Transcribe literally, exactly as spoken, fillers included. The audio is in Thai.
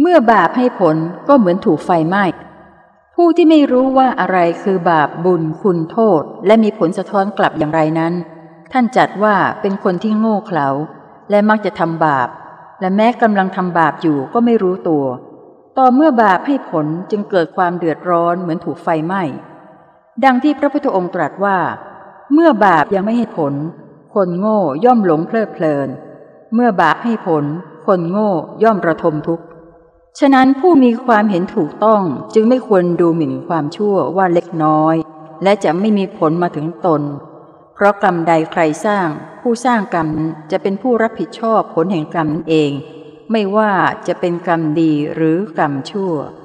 เมื่อบาปให้ผลก็เหมือนถูกไฟไหม้ผู้ที่ไม่รู้ว่าอะไรคือบาปบุญคุณโทษและมีผลสะท้อนกลับอย่างไรนั้นท่านจัดว่าเป็นคนที่โง่เขลาและมักจะทำบาปและแม้กำลังทำบาปอยู่ก็ไม่รู้ตัวต่อเมื่อบาปให้ผลจึงเกิดความเดือดร้อนเหมือนถูกไฟไหม้ดังที่พระพุทธองค์ตรัสว่าเมื่อบาปยังไม่ให้ผลคนโง่ย่อมหลงเพลิดเพลินเมื่อบาปให้ผลคนโง่ย่อมระทมทุกข์ฉะนั้นผู้มีความเห็นถูกต้องจึงไม่ควรดูหมิ่นความชั่วว่าเล็กน้อยและจะไม่มีผลมาถึงตนเพราะกรรมใดใครสร้างผู้สร้างกรรมนั้นจะเป็นผู้รับผิดชอบผลแห่งกรรมนั้นเองไม่ว่าจะเป็นกรรมดีหรือกรรมชั่ว